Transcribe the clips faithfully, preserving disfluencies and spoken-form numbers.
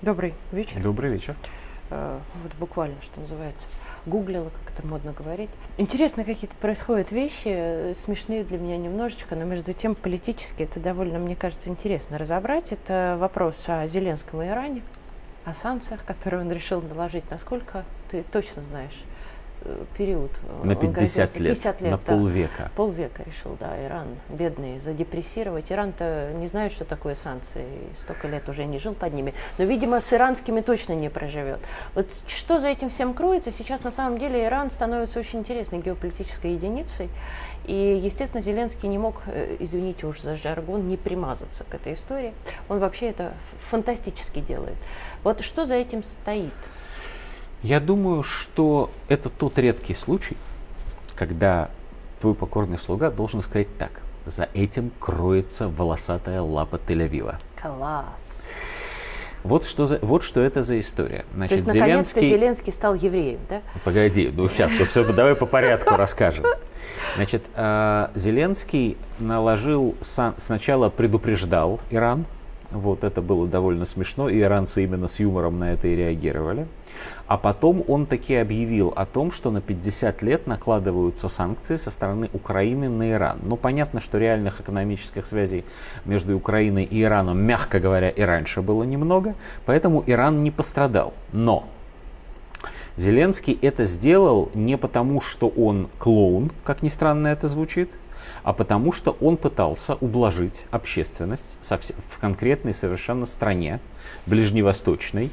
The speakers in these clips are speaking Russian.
Добрый вечер. Добрый вечер. Э, вот буквально, что называется, гуглила, как это модно говорить. Интересно, какие-то происходят вещи, смешные для меня немножечко, но между тем политически это довольно, мне кажется, интересно разобрать. Это вопрос о Зеленском и Иране, о санкциях, которые он решил наложить. Насколько ты точно знаешь период? На пятьдесят лет, пятьдесят лет, на да. полвека. Полвека решил, да, Иран, бедный, задепрессировать. Иран-то не знает, что такое санкции, столько лет уже не жил под ними. Но, видимо, с иранскими точно не проживет. Вот что за этим всем кроется? Сейчас, на самом деле, Иран становится очень интересной геополитической единицей. И, естественно, Зеленский не мог, извините уж за жаргон, не примазаться к этой истории. Он вообще это фантастически делает. Вот что за этим стоит? Я думаю, что это тот редкий случай, когда твой покорный слуга должен сказать так: за этим кроется волосатая лапа Тель-Авива. Класс! Вот что, за, вот что это за история. Значит, То есть, наконец-то Зеленский... Зеленский стал евреем, да? Погоди, ну сейчас, все, давай по порядку расскажем. Значит, Зеленский наложил, сначала предупреждал Иран, вот это было довольно смешно, и иранцы именно с юмором на это и реагировали. А потом он таки объявил о том, что на пятьдесят лет накладываются санкции со стороны Украины на Иран. Ну, понятно, что реальных экономических связей между Украиной и Ираном, мягко говоря, и раньше было немного, поэтому Иран не пострадал. Но Зеленский это сделал не потому, что он клоун, как ни странно это звучит, а потому что он пытался ублажить общественность в конкретной совершенно стране, ближневосточной,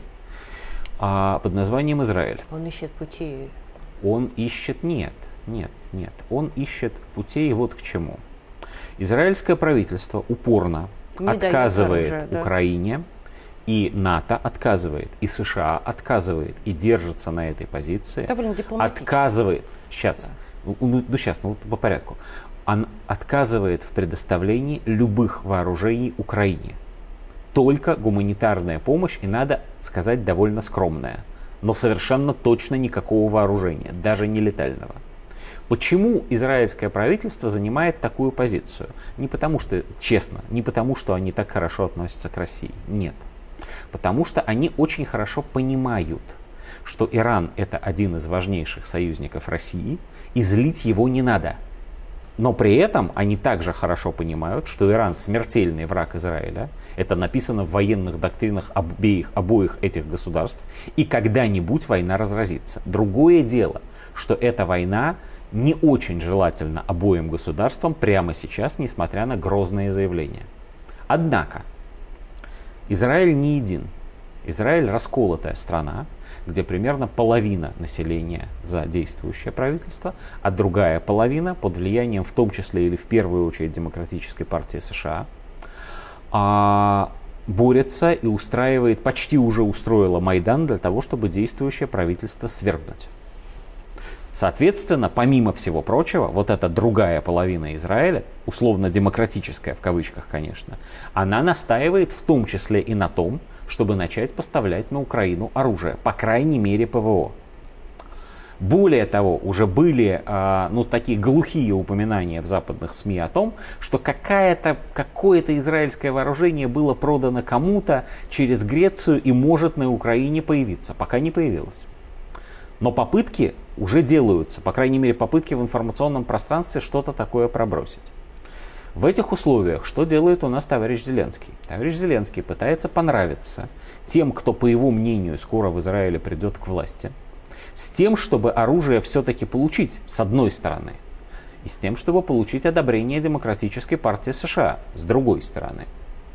под названием Израиль. Он ищет путей. Он ищет, нет, нет, нет. Он ищет путей вот к чему. Израильское правительство упорно Не отказывает оружие, да. Украине, и НАТО отказывает, и США отказывает, и держится на этой позиции. Довольно дипломатично. Отказывает, сейчас, да. ну, ну сейчас, ну по порядку. Он отказывает в предоставлении любых вооружений Украине. Только гуманитарная помощь, и, надо сказать, довольно скромная. Но совершенно точно никакого вооружения, даже не летального. Почему израильское правительство занимает такую позицию? Не потому что, честно, не потому что они так хорошо относятся к России. Нет. Потому что они очень хорошо понимают, что Иран это один из важнейших союзников России, и злить его не надо. Но при этом они также хорошо понимают, что Иран смертельный враг Израиля. Это написано в военных доктринах обеих, обоих этих государств. И когда-нибудь война разразится. Другое дело, что эта война не очень желательна обоим государствам прямо сейчас, несмотря на грозные заявления. Однако, Израиль не един. Израиль расколотая страна, где примерно половина населения за действующее правительство, а другая половина под влиянием в том числе или в первую очередь Демократической партии США, а, борется и устраивает, почти уже устроила Майдан для того, чтобы действующее правительство свергнуть. Соответственно, помимо всего прочего, вот эта другая половина Израиля, условно демократическая в кавычках, конечно, она настаивает в том числе и на том, чтобы начать поставлять на Украину оружие, по крайней мере ПВО. Более того, уже были э, ну, такие глухие упоминания в западных СМИ о том, что какая-то, какое-то израильское вооружение было продано кому-то через Грецию и может на Украине появиться. Пока не появилось. Но попытки уже делаются, по крайней мере попытки в информационном пространстве что-то такое пробросить. В этих условиях что делает у нас товарищ Зеленский? Товарищ Зеленский пытается понравиться тем, кто, по его мнению, скоро в Израиле придет к власти, с тем, чтобы оружие все-таки получить, с одной стороны, и с тем, чтобы получить одобрение Демократической партии США, с другой стороны.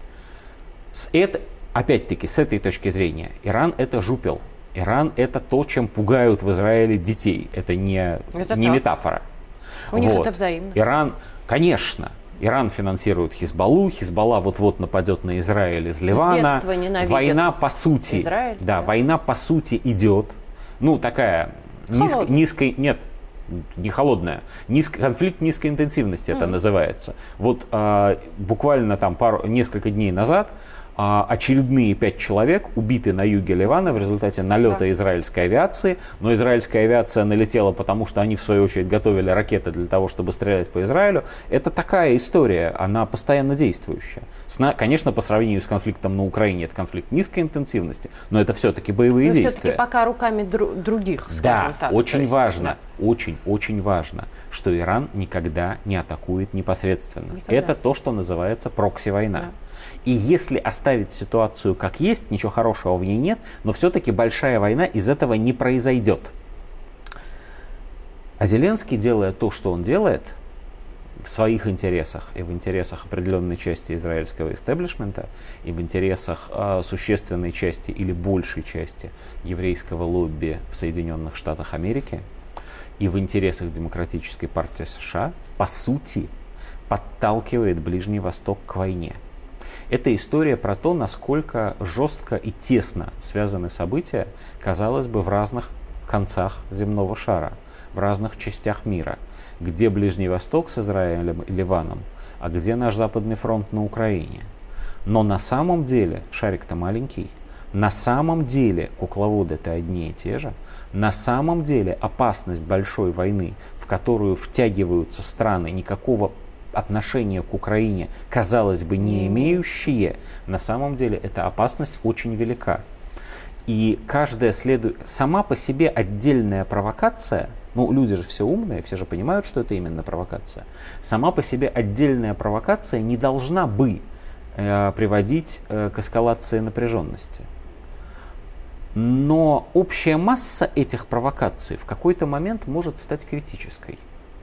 С это, опять-таки, с этой точки зрения, Иран это жупел. Иран это то, чем пугают в Израиле детей. Это не, это не метафора. У них вот. это взаимно. Иран, конечно, Иран финансирует Хизбаллу, Хизбалла вот-вот нападет на Израиль из Ливана. Война по сути, Израиль, да, да. война по сути идет. Ну такая низко, низкой, нет, не холодная, низк, конфликт низкой интенсивности mm-hmm. это называется. Вот а, буквально там пару, несколько дней назад а, очередные пять человек убиты на юге Ливана в результате налета да. израильской авиации. Но израильская авиация налетела, потому что они, в свою очередь, готовили ракеты для того, чтобы стрелять по Израилю. Это такая история, она постоянно действующая. Сна, конечно, по сравнению с конфликтом на Украине, это конфликт низкой интенсивности, но это все-таки боевые но действия. Все-таки пока руками дру- других, скажем да, так. очень есть, важно, да. очень, очень важно, что Иран никогда не атакует непосредственно. Никогда. Это то, что называется прокси-война. Да. И если оставить ситуацию как есть, ничего хорошего в ней нет, но все-таки большая война из этого не произойдет. А Зеленский, делая то, что он делает, в своих интересах и в интересах определенной части израильского истеблишмента, и в интересах э, существенной части или большей части еврейского лобби в Соединенных Штатах Америки, и в интересах Демократической партии США, по сути, подталкивает Ближний Восток к войне. Это история про то, насколько жестко и тесно связаны события, казалось бы, в разных концах земного шара, в разных частях мира. Где Ближний Восток с Израилем и Ливаном, а где наш Западный фронт на Украине. Но на самом деле шарик-то маленький. На самом деле кукловоды-то одни и те же. На самом деле опасность большой войны, в которую втягиваются страны, никакого отношения к Украине, казалось бы, не имеющие, на самом деле эта опасность очень велика. И каждая следу... сама по себе отдельная провокация, ну люди же все умные, все же понимают, что это именно провокация, сама по себе отдельная провокация не должна бы э, приводить э, к эскалации напряженности. Но общая масса этих провокаций в какой-то момент может стать критической.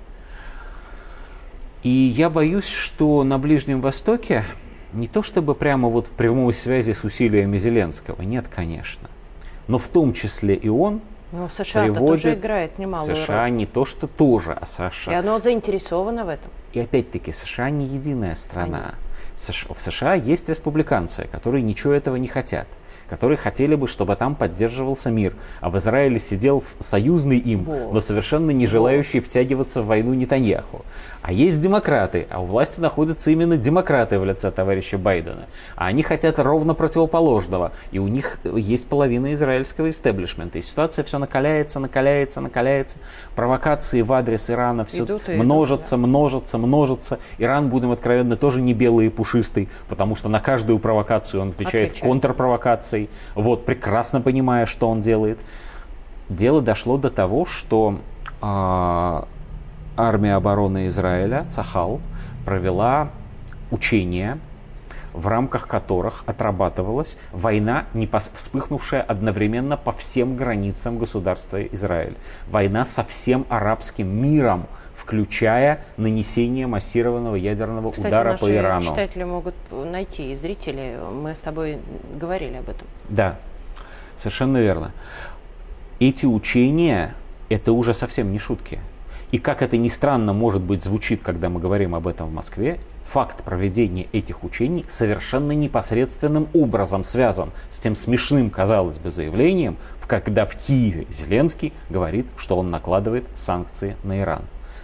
И я боюсь, что на Ближнем Востоке не то чтобы прямо вот в прямой связи с усилиями Зеленского, нет, конечно, но в том числе и он но США приводит тоже играет немалую США роль. Не то что тоже, а США. И оно заинтересовано в этом. И опять-таки США не единая страна. США, в США есть республиканцы, которые ничего этого не хотят, которые хотели бы, чтобы там поддерживался мир, а в Израиле сидел союзный им, Во. но совершенно не желающий Во. втягиваться в войну Нетаньяху. А есть демократы, а у власти находятся именно демократы в лице товарища Байдена. А они хотят ровно противоположного, и у них есть половина израильского истеблишмента. И ситуация все накаляется, накаляется, накаляется. Провокации в адрес Ирана все идут, множатся, идут, да. множатся, множатся. Иран, будем откровенны, тоже не белый и пушистый, потому что на каждую провокацию он отвечает, отвечает. контрпровокацией. Вот, прекрасно понимая, что он делает. Дело дошло до того, что э, армия обороны Израиля, Цахал, провела учения, в рамках которых отрабатывалась война, не пос- вспыхнувшая одновременно по всем границам государства Израиль. Война со всем арабским миром, включая нанесение массированного ядерного Кстати, удара по Ирану. Кстати, читатели могут найти, и зрители, мы с тобой говорили об этом. Да, совершенно верно. Эти учения, это уже совсем не шутки. И как это ни странно, может быть, звучит, когда мы говорим об этом в Москве, факт проведения этих учений совершенно непосредственным образом связан с тем смешным, казалось бы, заявлением, когда в Киеве Зеленский говорит, что он накладывает санкции на Иран.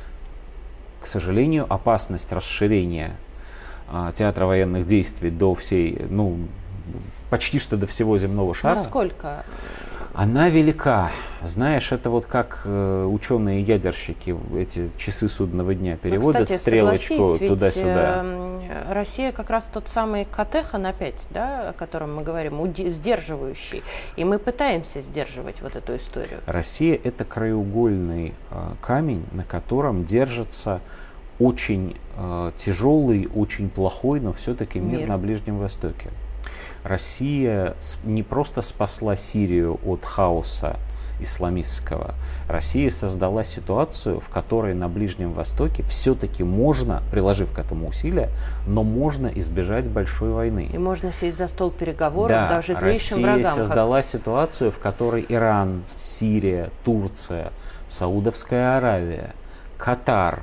К сожалению, опасность расширения а, театра военных действий до всей, ну, почти что до всего земного шара. Насколько? Она велика. Знаешь, это вот как э, ученые-ядерщики эти часы судного дня переводят, ну, кстати, стрелочку туда-сюда. Э, Россия как раз тот самый Катехан опять, да, о котором мы говорим, уди- сдерживающий. И мы пытаемся сдерживать вот эту историю. Россия — это краеугольный э, камень, на котором держится очень э, тяжелый, очень плохой, но все-таки мир, мир на Ближнем Востоке. Россия не просто спасла Сирию от хаоса исламистского. Россия создала ситуацию, в которой на Ближнем Востоке все-таки можно, приложив к этому усилия, но можно избежать большой войны. И можно сесть за стол переговоров да, даже злейшим врагам. Россия создала как... ситуацию, в которой Иран, Сирия, Турция, Саудовская Аравия, Катар,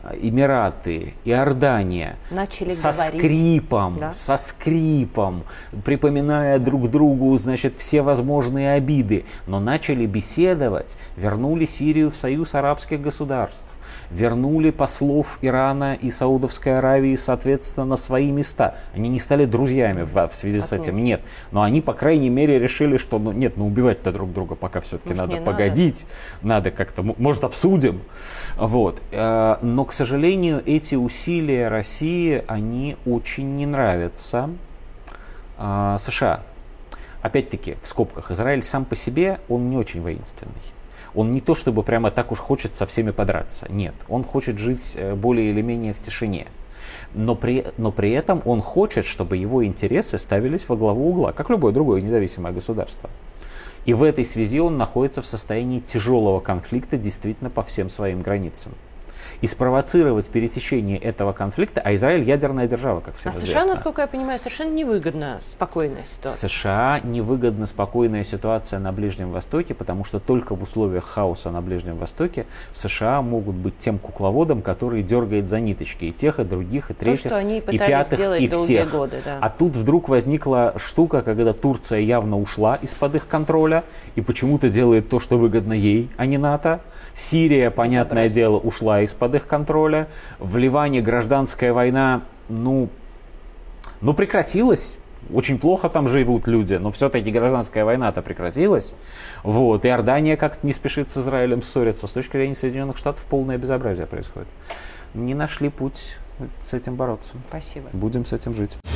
Эмираты, Иордания начали со говорить. скрипом, Да. со скрипом, припоминая друг другу, значит, все возможные обиды, но начали беседовать, вернули Сирию в союз арабских государств, вернули послов Ирана и Саудовской Аравии, соответственно, на свои места. Они не стали друзьями в, в связи с этим, нет. Но они, по крайней мере, решили, что, ну, нет, ну, убивать-то друг друга пока все-таки надо погодить, надо, надо как-то, может, обсудим. Вот. Но, к сожалению, эти усилия России, они очень не нравятся США. Опять-таки, в скобках, Израиль сам по себе, он не очень воинственный. Он не то, чтобы прямо так уж хочет со всеми подраться. Нет, он хочет жить более или менее в тишине. Но при, но при этом он хочет, чтобы его интересы ставились во главу угла, как любое другое независимое государство. И в этой связи он находится в состоянии тяжелого конфликта действительно по всем своим границам. И спровоцировать пересечение этого конфликта, а Израиль ядерная держава, как всем а известно. США, насколько я понимаю, совершенно невыгодна спокойная ситуация. США невыгодна спокойная ситуация на Ближнем Востоке, потому что только в условиях хаоса на Ближнем Востоке США могут быть тем кукловодом, который дергает за ниточки и тех, и других, и третьих, То, что они и пятых, и всех. Годы, да. А тут вдруг возникла штука, когда Турция явно ушла из-под их контроля и почему-то делает то, что выгодно ей, а не НАТО. Сирия, понятное Забрать. дело, ушла из-под их контроля. В Ливане гражданская война, ну, ну прекратилась. Очень плохо там живут люди, но все-таки гражданская война-то прекратилась. Вот. И Иордания как-то не спешит с Израилем ссориться. С точки зрения Соединенных Штатов полное безобразие происходит. Не нашли путь с этим бороться. Спасибо. Будем с этим жить.